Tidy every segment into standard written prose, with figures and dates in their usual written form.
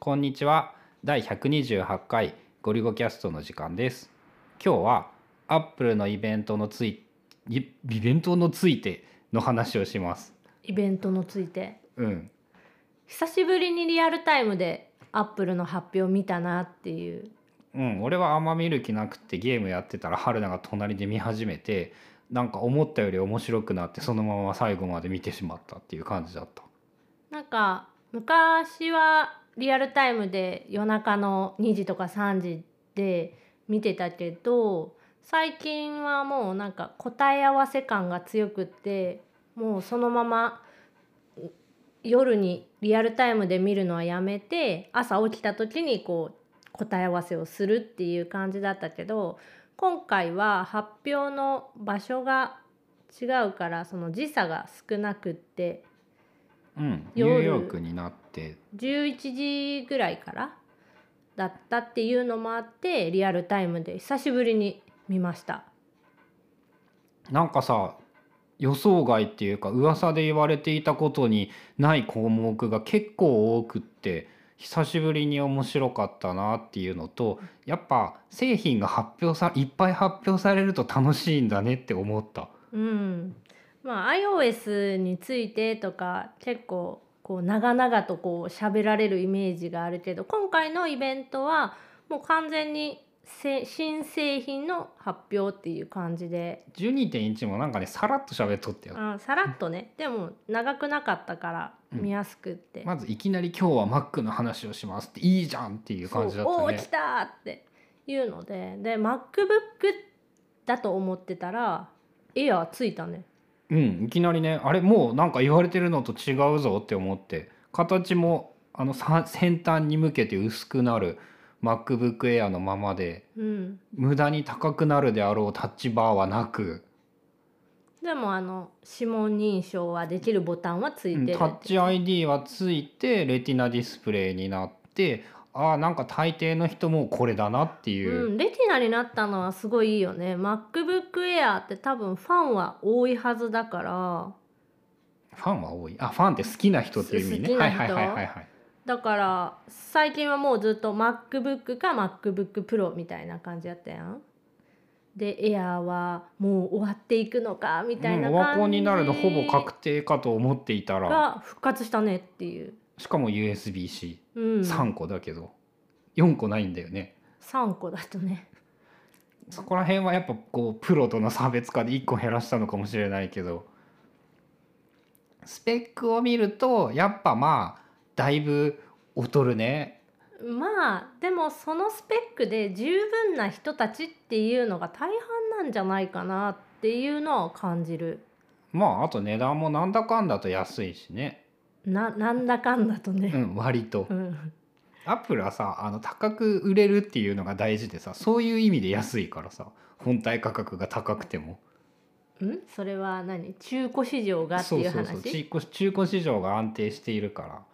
こんにちは。第128回ゴリゴキャストの時間です。今日はアップルのイベントのついての話をします。 イベントのついてうん。 久しぶりにリアルタイムでアップルの発表を見たなっていう。 俺はあんま見る気なくてゲームやってたら春菜が隣で見始めて、なんか思ったより面白くなってそのまま最後まで見てしまったっていう感じだった。 なんか昔はリアルタイムで夜中の2時とか3時で見てたけど、最近はもうなんか答え合わせ感が強くって、もうそのまま夜にリアルタイムで見るのはやめて、朝起きた時にこう答え合わせをするっていう感じだったけど、今回は発表の場所が違うからその時差が少なくって、 ニューヨークになって 11時ぐらいからだったっていうのもあって、リアルタイムで久しぶりに見ました。 なんかさ、予想外っていうか噂で言われていたことにない項目が結構多くって久しぶりに面白かったなっていうのと、やっぱ製品がいっぱい発表されると楽しいんだねって思った。 iOS についてとか結構こう長々とこう喋られるイメージがあるけど、今回のイベントはもう完全に新製品の発表っていう感じで、 12.1 もなんかねさらっと喋っとったよ。 さらっとね、でも長くなかったから見やすくって、 まずいきなり今日は Mac の話をしますっていいじゃんっていう感じだったね。 おお来たっていうので、MacBook だと思ってたらエアーついたね。 いきなりね、あれもうなんか言われてるのと違うぞって思って、形も先端に向けて薄くなる MacBook Air のままで、無駄に高くなるであろうタッチバーはなく、 でも指紋認証はできるボタンはついてるタッチ ID はついてレティナディスプレイになって、なんか大抵の人もこれだなっていう、 レティナになったのはすごいいいよね。 MacBook Air って多分ファンは多いはずだから。 ファンは多い。ファンって好きな人っていう意味ね。 好きな人、 はいはいはいはいはい。 だから最近はもうずっと MacBook か MacBook Pro みたいな感じやったやん。で Air はもう終わっていくのかみたいなオワコン感じになるのほぼ確定かと思っていたら、 が復活したねっていう。 しかも USB-C、 3 3個だけど4個ないんだよね。 3個だとね。 そこら辺はやっぱこうプロとの差別化で1個減らしたのかもしれないけど、スペックを見るとやっぱだいぶ劣るね。 でもそのスペックで十分な人たちっていうのが大半なんじゃないかなっていうのは感じる。 あと値段もなんだかんだと安いしね。 なんだかんだとね。 割と。アップルはさ、高く売れるっていうのが大事でさ、そういう意味で安いからさ、本体価格が高くても。 それは何？中古市場がっていう話？ そう中古市場が安定しているから、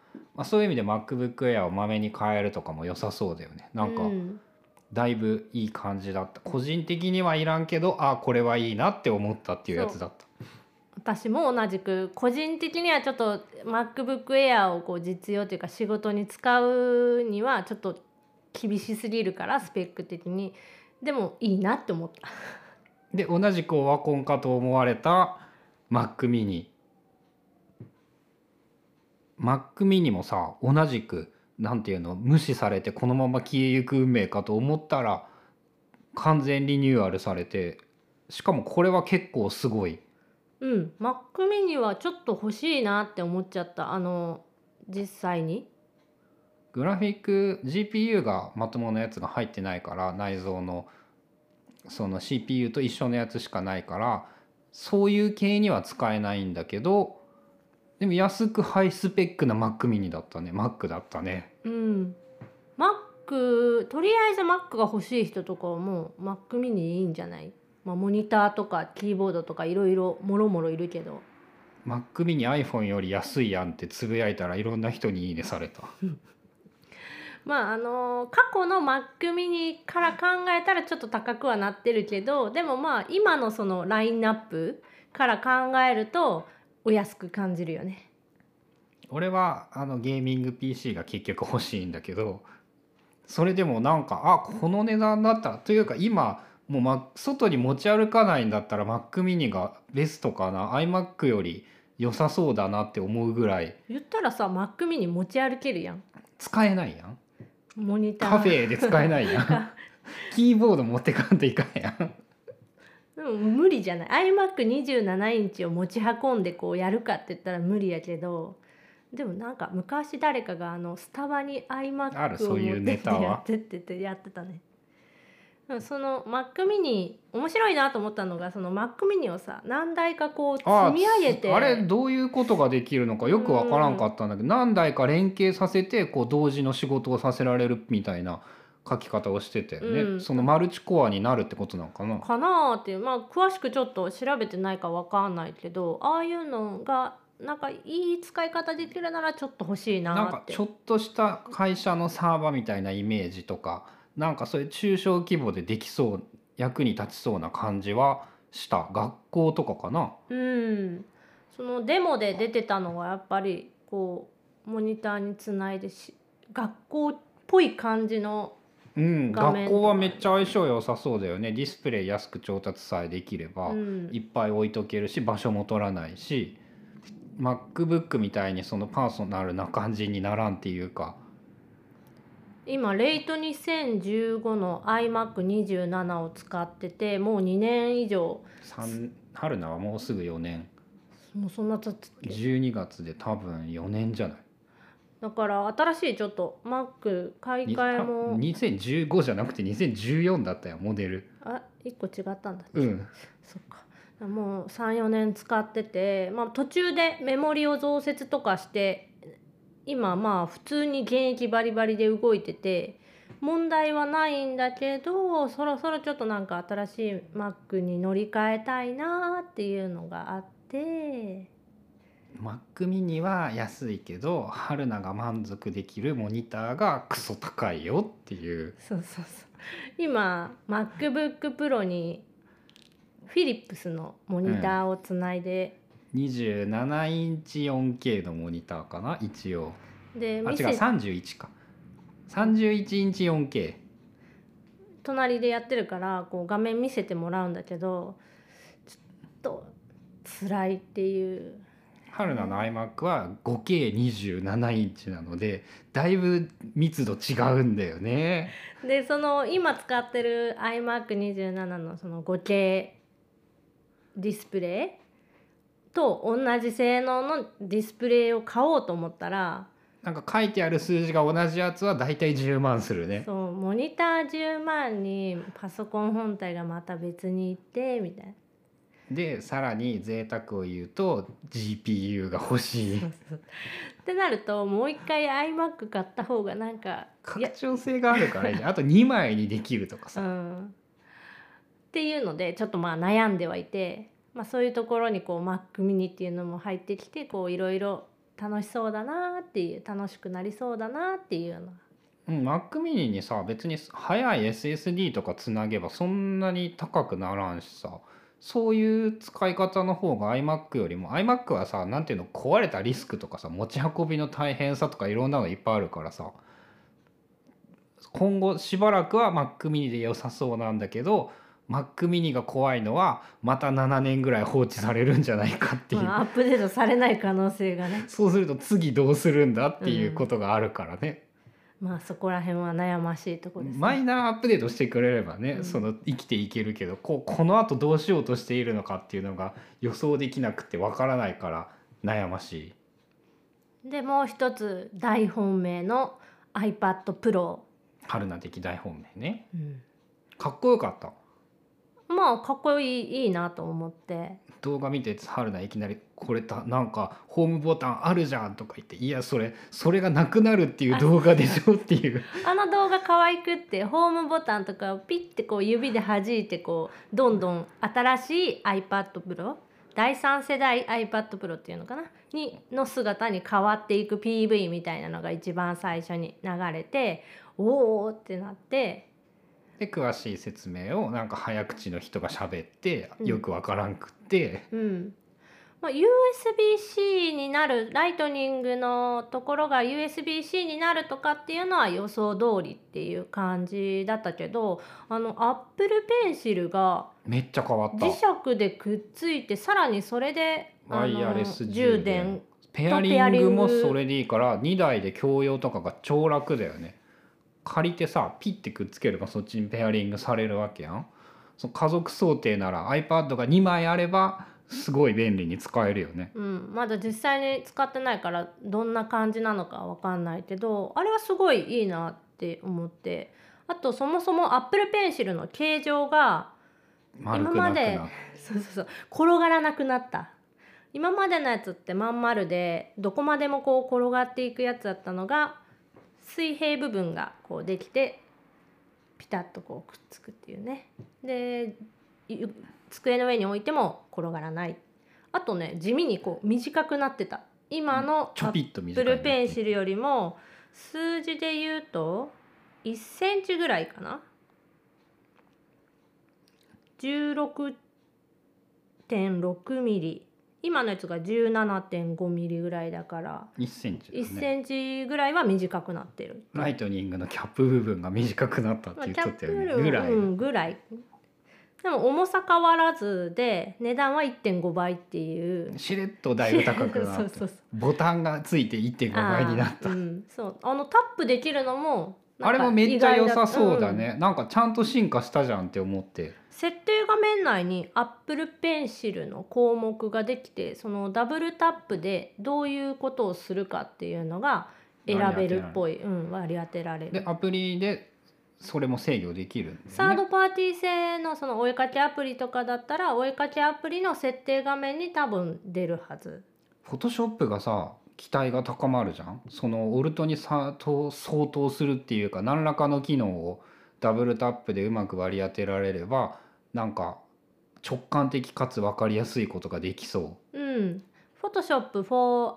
そういう意味で MacBook Air をまめに買えるとかも良さそうだよね。なんかだいぶいい感じだった。個人的にはいらんけどこれはいいなって思ったっていうやつだった。 私も同じく個人的にはちょっと MacBook Air をこう実用というか仕事に使うにはちょっと厳しすぎるから、スペック的に。でもいいなって思った。 で同じくオワコンかと思われた Mac mini もさ、同じくなんていうの、無視されてこのまま消えゆく運命かと思ったら完全リニューアルされて、しかもこれは結構すごい。 Mac mini はちょっと欲しいなって思っちゃった。実際にグラフィック GPU がまともなやつが入ってないから、内蔵のその CPU と一緒のやつしかないから、そういう系には使えないんだけど、でも安くハイスペックな Mac mini だったね。 Mac だったね。 Mac、とりあえず Mac が欲しい人とかはもう Mac mini いいんじゃない？モニターとかキーボードとかいろいろもろもろいるけど、 Mac mini iPhone より安いやんってつぶやいたらいろんな人にいいねされた。 過去の Mac mini から考えたらちょっと高くはなってるけど、でも今のそのラインナップから考えるとお安く感じるよね。 俺はゲーミング PC が結局欲しいんだけど、それでもなんかこの値段だったらというか今もう、外に持ち歩かないんだったら Mac mini がベストかな、 iMac より良さそうだなって思うぐらい。 言ったらさ Mac mini 持ち歩けるやん。 使えないやん、 モニターカフェで使えないやんキーボード持ってかんといかんやん。 でも無理じゃない。 iMac27 インチを持ち運んでこうやるかって言ったら無理やけど、でもなんか昔誰かがスタバに iMac をそういう持ってってネタはやってってやってたね。その Mac mini 面白いなと思ったのが、その Mac mini をさ何台かこう積み上げて、 あれどういうことができるのかよくわからんかったんだけど、何台か連携させてこう同時の仕事をさせられるみたいな書き方をしてたよね、そのマルチコアになるってことなのかな。 かなーっていう、まあ詳しくちょっと調べてないかわかんないけど、ああいうのがなんかいい使い方できるならちょっと欲しいなって。 なんかちょっとした会社のサーバーみたいなイメージとか、なんかそういう中小規模でできそう、役に立ちそうな感じはした。学校とかかな。 そのデモで出てたのはやっぱりこうモニターにつないで学校っぽい感じの画面。 学校はめっちゃ相性良さそうだよね。ディスプレイ安く調達さえできれば、いっぱい置いとけるし場所も取らないし、 MacBook みたいにそのパーソナルな感じにならんっていうか。 今レイト2015の iMac27 を使っててもう2年以上。 春菜はもうすぐ4年。 もうそんな経つっけ。 12月で多分4年じゃない。 だから新しいちょっと Mac 買い替えも 2015じゃなくて2014だったよモデル。 1個違ったんだ。 そっか。もう 3,4 年使ってて、途中でメモリを増設とかして今普通に現役バリバリで動いてて問題はないんだけど、そろそろちょっとなんか新しい Mac に乗り換えたいなっていうのがあって。 Mac mini は安いけど春菜が満足できるモニターがクソ高いよっていう。 そう今 MacBook Pro にフィリップスのモニターをつないで、 27インチ 4K のモニターかな一応。 で違う31か、31インチ 4K 隣でやってるからこう画面見せてもらうんだけど、ちょっと辛いっていう。 春菜の iMac は 5K27 インチなのでだいぶ密度違うんだよね。 でその今使ってる iMac27 のその 5K ディスプレイと同じ性能のディスプレイを買おうと思ったら、 なんか書いてある数字が同じやつはだいたい10万するね。 そうモニター10万にパソコン本体がまた別にいてみたいな。 でさらに贅沢を言うと GPU が欲しいってなるともう一回 iMac 買った方がなんか拡張性があるからいいじゃん。あと2枚にできるとかさ、 っていうのでちょっと悩んではいて、そういうところにこう Mac mini っていうのも入ってきてこういろいろ楽しそうだなっていう、楽しくなりそうだなっていうの。 Mac mini にさ別に速い SSD とかつなげばそんなに高くならんしさ、そういう使い方の方が iMac よりも、 iMac はさなんていうの、壊れたリスクとかさ持ち運びの大変さとかいろんなのいっぱいあるからさ、今後しばらくは Mac mini で良さそうなんだけど Mac mini が怖いのはまた7年ぐらい放置されるんじゃないかっていう、 アップデートされない可能性がね。 そうすると次どうするんだっていうことがあるからね、 そこら辺は悩ましいところですね。 マイナーアップデートしてくれればね、その生きていけるけどこのあとどうしようとしているのかっていうのが予想できなくてわからないから悩ましい。でもう一つ大本命の iPad Pro。 春菜的大本命ね、かっこよかった。 かっこいいなと思って。 動画見て春菜いきなりこれなんかホームボタンあるじゃんとか言って、いやそれがなくなるっていう動画でしょっていうあの動画可愛くってホームボタンとかをピッてこう指で弾いてこうどんどん新しい iPad Pro、 第3世代 iPad Pro っていうのかなの姿に変わっていく PV みたいなのが一番最初に流れて、おーってなって、 で詳しい説明をなんか早口の人が喋ってよくわからんくって、 USB-C になるライトニングのところが USB-C になるとかっていうのは予想通りっていう感じだったけど、Apple Pencil がめっちゃ変わった。 磁石でくっついて、さらにそれでワイヤレス充電ペアリングもそれでいいから2台で共用とかが超楽だよね。借りてさピッてくっつければそっちにペアリングされるわけやん。その家族想定なら iPad が2枚あればすごい便利に使えるよね。 まだ実際に使ってないからどんな感じなのかわかんないけど、あれはすごいいいなって思って。あとそもそも Apple Pencil の形状が丸くなくなる。 そう転がらなくなった。今までのやつってまん丸でどこまでもこう転がっていくやつだったのが、水平部分がこうできてピタッとこうくっつくっていうね。で机の上に置いても転がらない。あとね、地味にこう短くなってた。今のちょぴっと短い Apple Pencil よりも数字で言うと1センチぐらいかな。16.6 ミリ。今のやつが 17.5 ミリぐらいだから 1センチだね。 1センチぐらいは短くなってる。 ライトニングのキャップ部分が短くなったって言っとったよね。ぐらい、 ぐらい。でも重さ変わらずで値段は 1.5 倍っていう。 しれっとだいぶ高くなってボタンがついて 1.5 倍になった。 そうタップできるのもあれもめっちゃ良さそうだね。なんかちゃんと進化したじゃんって思って。 設定画面内に Apple Pencil の項目ができて、そのダブルタップでどういうことをするかっていうのが選べるっぽい。割り当てられる。 でアプリでそれも制御できるんだよね。 サードパーティー製のそのお絵かきアプリとかだったら、お絵かきアプリの設定画面に多分出るはず。 フォトショップがさ期待が高まるじゃん。そのオルトに相当するっていうか、何らかの機能をダブルタップでうまく割り当てられれば、なんか直感的かつ分かりやすいことができそう。 Photoshop for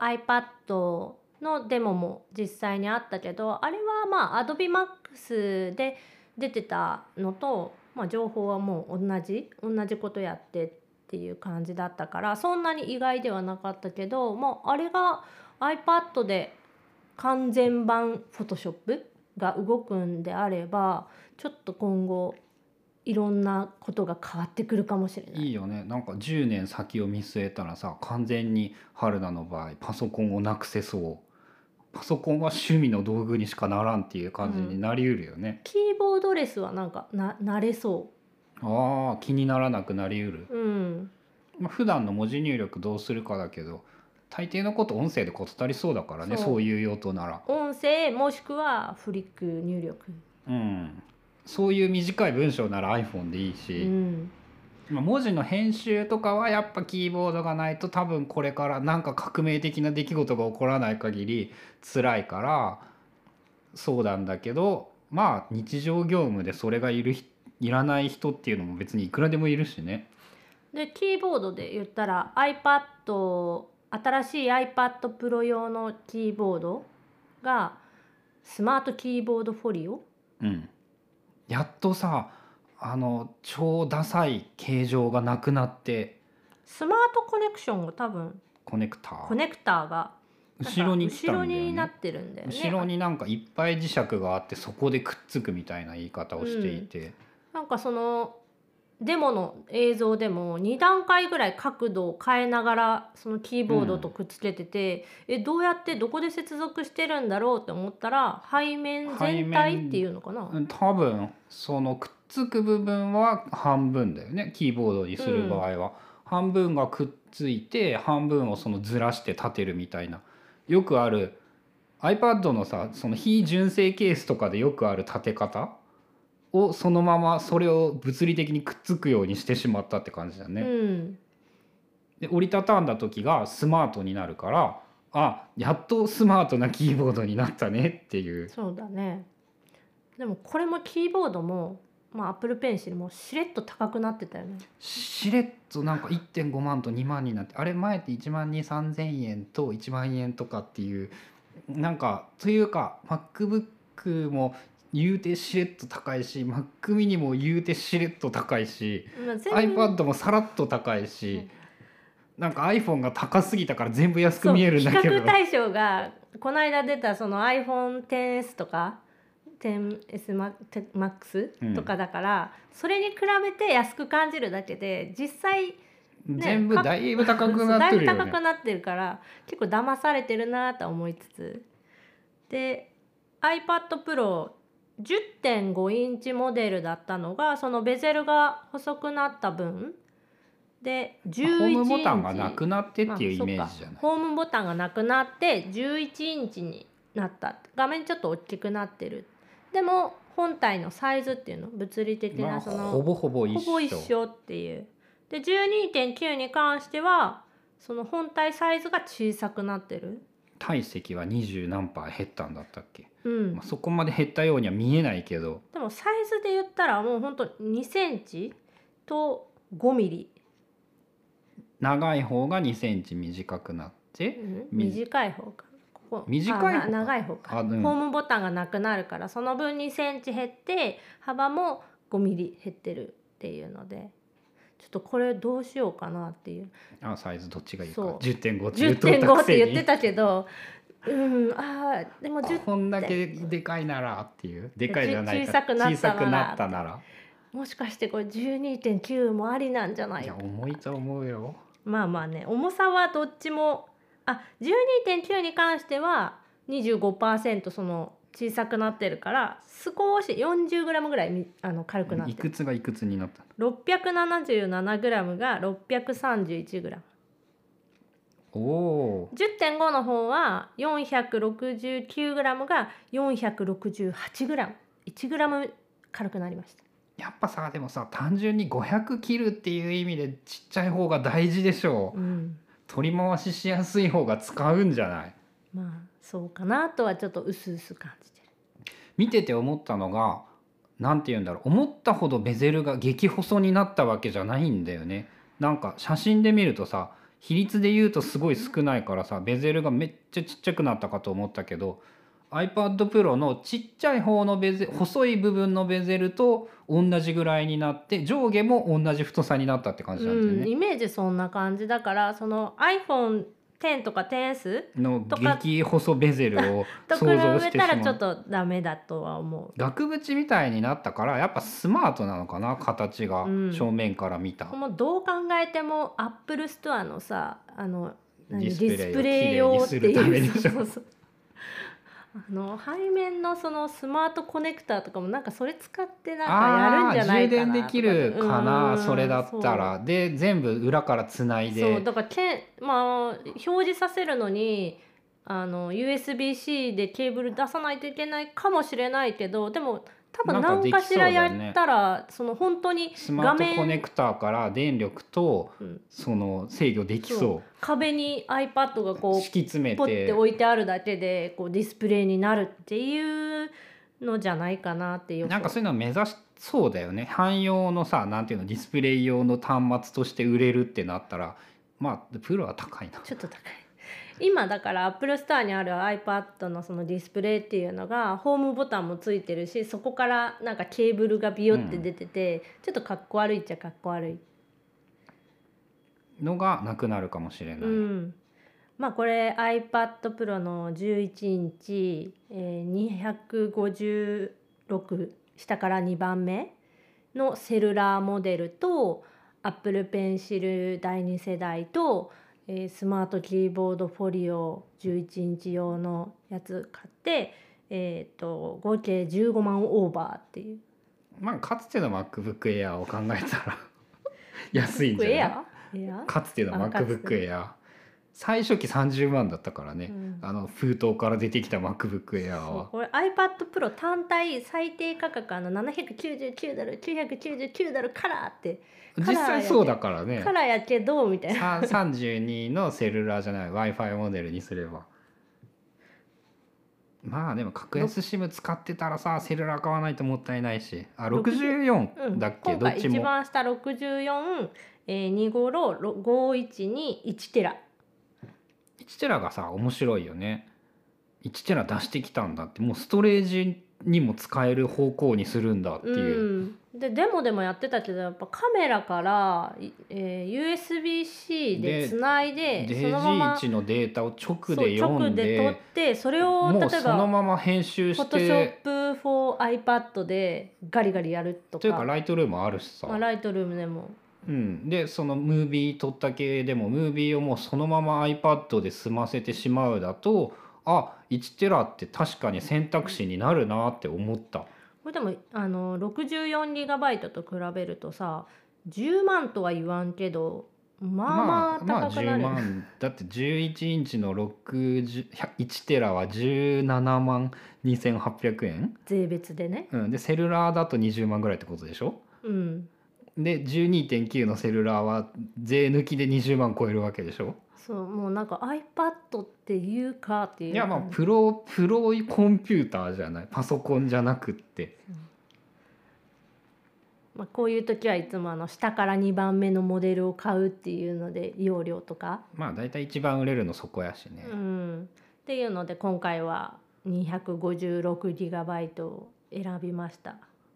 iPad のデモも実際にあったけど、あれはAdobe Max で出てたのと、情報はもう同じことやってっていう感じだったから、そんなに意外ではなかったけど、あれが iPad で完全版 Photoshop が動くんであれば、ちょっと今後いろんなことが変わってくるかもしれない。 いいよね。なんか10年先を見据えたらさ、完全に春菜の場合パソコンをなくせそう。パソコンは趣味の道具にしかならんっていう感じになりうるよね。 キーボードレスはなんか慣れそう。 気にならなくなりうる。普段の文字入力どうするかだけど、大抵のこと音声で事足りそうだからね。そういう用途なら音声もしくはフリック入力。 そういう短い文章なら iPhone でいいし、文字の編集とかはやっぱキーボードがないと、多分これからなんか革命的な出来事が起こらない限り辛いからそうなんだけど、日常業務でそれがいらない人っていうのも別にいくらでもいるしね。 でキーボードで言ったら 新しい iPad Pro 用のキーボードがスマートキーボードフォリオ。 やっとさ、超ダサい形状がなくなって、 スマートコネクションが多分コネクターが後ろに来たんだよね。 後ろになってるんだよね。 後ろになんかいっぱい磁石があって、そこでくっつくみたいな言い方をしていて、 なんかそのデモの映像でも2段階ぐらい角度を変えながらそのキーボードとくっつけてて、どうやってどこで接続してるんだろうって思ったら、背面全体っていうのかな。 多分そのくっつく部分は半分だよね。キーボードにする場合は、半分がくっついて半分をそのずらして立てるみたいな、よくある iPad のさ、その非純正ケースとかでよくある立て方をそのままそれを物理的にくっつくようにしてしまったって感じだね。で折りたたんだ時がスマートになるから、やっとスマートなキーボードになったねっていう。 そうだね。でもこれもキーボードもApple Pencil もしれっと高くなってたよね。 しれっとなんか 1.5 万と2万になって、あれ前って1万2、3,000円と1万円とかっていう、なんかというか MacBook も言うてしれっと高いし、 Mac mini も言うてしれっと高いし、iPad もさらっと高いし、 なんか iPhone が高すぎたから全部安く見えるんだけど、 比較対象がこの間出たその iPhone10S とか 10S Max とかだから、それに比べて安く感じるだけで実際全部だいぶ高くなってるよね。 だいぶ高くなってるから結構騙されてるなと思いつつ、で iPad Pro 10.5 インチモデルだったのがそのベゼルが細くなった分で11インチ、 ホームボタンがなくなってっていうイメージじゃない。 ホームボタンがなくなって11インチになった。画面ちょっと大きくなってる。でも本体のサイズっていうの物理的なその、 ほぼほぼ一緒っていう。で 12.9 に関してはその本体サイズが小さくなってる。 体積は20何パー減ったんだったっけ、 うんそこまで減ったようには見えないけど、 でもサイズで言ったらもうほんと2センチと5ミリ、 長い方が2センチ短くなって、 短い方か短い方長い方か、ホームボタンがなくなるからその分2センチ減って幅も5ミリ減ってるっていうので、ちょっとこれどうしようかなっていう。 サイズどっちがいいか。 そう 10.5 って言ってたけど、でもこんだけでかいならっていう、でかいじゃないか、 小さくなったならもしかしてこれ 12.9 もありなんじゃないか。 重いと思うよ。 まあね、重さはどっちも12.9 に関しては 25% その小さくなってるから少し 40g ぐらい軽くなってる。 いくつがいくつになった？ 677g が 631g。 おお。 10.5 の方は 469g が 468g、1g 軽くなりました。 やっぱさ、でもさ、単純に500切るっていう意味でちっちゃい方が大事でしょう、取り回ししやすい方が使うんじゃない？ まあそうかなとはちょっと薄々感じてる。 見てて思ったのが、なんて言うんだろう、思ったほどベゼルが激細になったわけじゃないんだよね。なんか写真で見るとさ、比率で言うとすごい少ないからさ、ベゼルがめっちゃちっちゃくなったかと思ったけど、 iPad Pro のちっちゃい方の細い部分のベゼルと同じぐらいになって、上下も同じ太さになったって感じなんですよね。 イメージそんな感じだから、その iPhone10 とか 10S の激細ベゼルをと想像してしまう。 比べたらちょっとダメだとは思う。 額縁みたいになったから、やっぱスマートなのかな、形が、正面から見た。 もうどう考えても Apple Store のさディスプレイ用っていうためにしょ。 背面のそのスマートコネクターとかもなんかそれ使ってなんかやるんじゃないかな。 充電できるかな、それだったら。で全部裏からつないで。 そうだから表示させるのにUSB-C でケーブル出さないといけないかもしれないけど、でも多分何かしらやったらその本当にスマートコネクターから電力とその制御できそう。 壁に iPad がこう敷き詰めてポッて置いてあるだけでこうディスプレイになるっていうのじゃないかなっていう。 なんかそういうのを目指しそうだよね。汎用のさ、なんていうの、ディスプレイ用の端末として売れるってなったら、まあプロは高いな。 ちょっと高い。今だから Apple Store にある iPad のそのディスプレイっていうのがホームボタンもついてるし、そこからなんかケーブルがビヨって出てて、ちょっとかっこ悪いっちゃかっこ悪いのがなくなるかもしれない。 まあこれ iPad Pro の11インチ、256下から2番目のセルラーモデルと Apple Pencil 第2世代とスマートキーボードフォリオ11インチ用のやつ買って、合計15万オーバーっていう。 まあかつての MacBook Air を考えたら安いんじゃない？かつての MacBook Air、最初期30万だったからね、封筒から出てきた MacBook Air は。 これ iPad Pro 単体最低価格$799 $999 からって実際そうだからね。 からやけどみたいな。 32のセルラーじゃない Wi-Fi モデルにすれば、まあでも格安 SIM 使ってたらさ、セルラー買わないともったいないし。64だっけ、どっちも。 一番下64、256、512、1テラ。 1テラがさ面白いよね。1テラ出してきたんだって。もうストレージにも使える方向にするんだっていう、 でデモでもやってたけどやっぱカメラから、USB-C でつないでそデのままジ1のデータを直そうで読直んで撮っでてそれをもうその例えばまま編集し Photoshop て for iPad でガリガリやるとというかか、 ライトルームあるしさ、 ライトルームでもでそのムービー撮った系でもムービーをもうそのまま iPad で済ませてしまうだと1テラって確かに選択肢になるなって思った。 これでも64GB と比べるとさ10万とは言わんけどまあまあ高くな 10 る、 万だって11インチの1テラは17万2800円、 税別でね。 でセルラーだと20万ぐらいってことでしょ。で 12.9 のセルラーは税抜きで20万超えるわけでしょ。 そうもうなんか iPad っていうかっていう、 いやプロコンピューターじゃない、パソコンじゃなくって、 こういう時はいつも下から2番目のモデルを買うっていうので容量とかだいたい一番売れるのそこやしね、 っていうので今回は 256GB を選びました。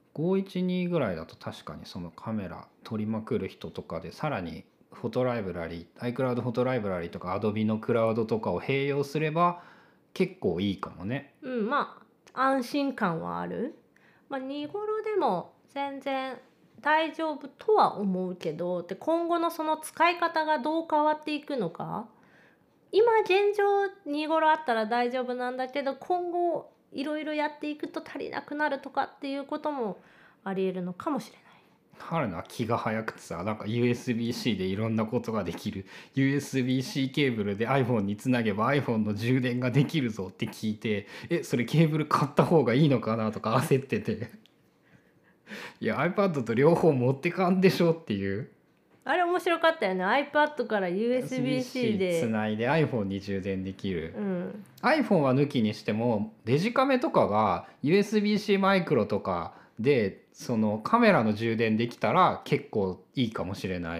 512ぐらいだと確かにそのカメラ撮りまくる人とかでさらにフォトライブラリー iCloud フォトライブラリーとか Adobe のクラウドとかを併用すれば結構いいかもね。 安心感はある。見頃でも全然大丈夫とは思うけどで今後のその使い方がどう変わっていくのか、今現状見頃あったら大丈夫なんだけど今後いろいろやっていくと足りなくなるとかっていうこともありえるのかもしれない。 春菜気が早くてさ、なんか USB-C でいろんなことができる USB-C ケーブルで iPhone につなげば iPhone の充電ができるぞって聞いてそれケーブル買った方がいいのかなとか焦ってていや iPad と両方持ってかんでしょっていう。 あれ面白かったよね。 iPad から USB-C でつないで iPhone に充電できる、 iPhone は抜きにしてもデジカメとかが USB-C マイクロとかでそのカメラの充電できたら結構いいかもしれない。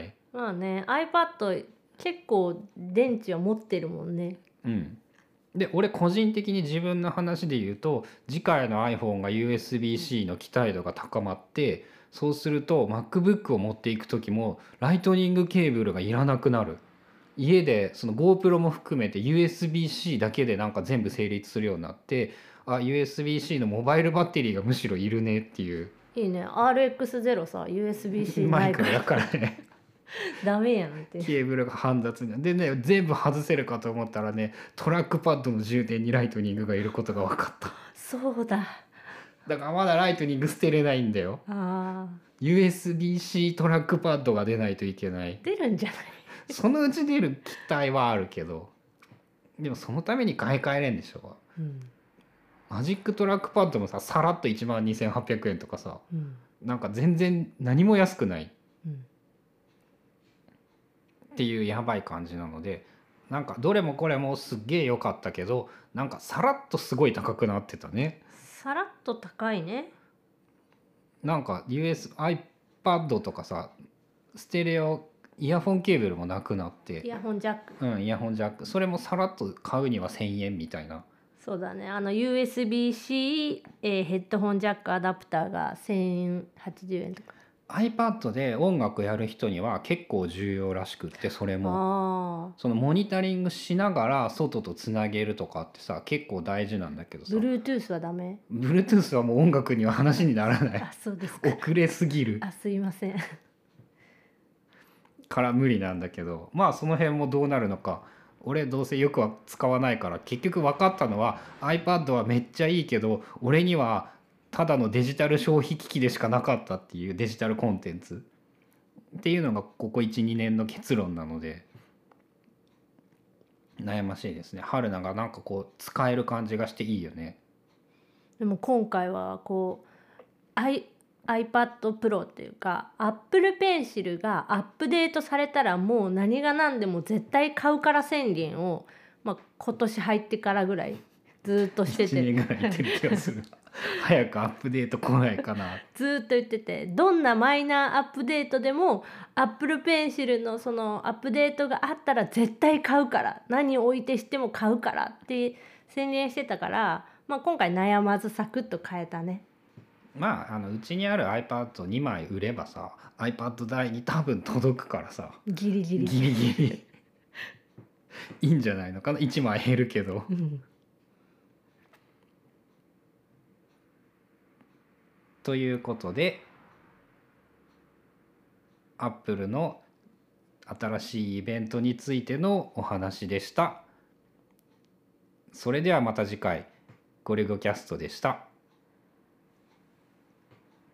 iPad 結構電池は持ってるもんね。 で俺個人的に自分の話で言うと次回の iPhone が USB-C の期待度が高まってそうすると MacBook を持っていく時もライトニングケーブルがいらなくなる。家でその GoPro も含めて USB-C だけでなんか全部成立するようになってUSB-C のモバイルバッテリーがむしろいるねっていう。 いいね。 RX0 さ USB-C マイクロだからねダメやんってケーブルが煩雑にでね全部外せるかと思ったらねトラックパッドの充電にライトニングがいることが分かった。 そうだ。 だからまだライトニング捨てれないんだよ。USB-C トラックパッドが出ないといけない。 出るんじゃないそのうち出る期待はあるけどでもそのために買い替えれんでしょ、マジックトラックパッドもさらっと12,800円とかさ、なんか全然何も安くない、っていうやばい感じなのでなんかどれもこれもすっげえ良かったけどなんかさらっとすごい高くなってたね。 さらっと高いね。 なんか iPad とかさステレオイヤホンケーブルもなくなってイヤホンジャック、 イヤホンジャックそれもさらっと買うには1,000円みたいな。 そうだね。USB-C、ヘッドホンジャックアダプターが1,080円とか。 iPad で音楽やる人には結構重要らしくってそれもそのモニタリングしながら外とつなげるとかってさ結構大事なんだけどさ Bluetooth はダメ？ Bluetooth はもう音楽には話にならないそうですか。 遅れすぎるすいませんから無理なんだけどその辺もどうなるのか俺どうせよくは使わないから結局分かったのは iPad はめっちゃいいけど俺にはただのデジタル消費機器でしかなかったっていうデジタルコンテンツっていうのがここ 1,2 年の結論なので悩ましいですね。春菜がなんかこう使える感じがしていいよね。 でも今回はこうiPad Pro っていうか Apple Pencil がアップデートされたらもう何が何でも絶対買うから宣言を、今年入ってからぐらいずっとしてて 1年ぐらい言ってる気がする早くアップデート来ないかなずっと言っててどんなマイナーアップデートでも Apple Pencil のそのアップデートがあったら絶対買うから何を置いてしても買うからって宣言してたからまあ、今回悩まずサクッと買えたね。 まあ、うちにある iPad2 枚売ればさ iPad 代に多分届くからさギリギリ。 ギリギリいいんじゃないのかな。1枚減るけど。 うんということで Apple の新しいイベントについてのお話でした。それではまた次回ゴリゴキャストでした。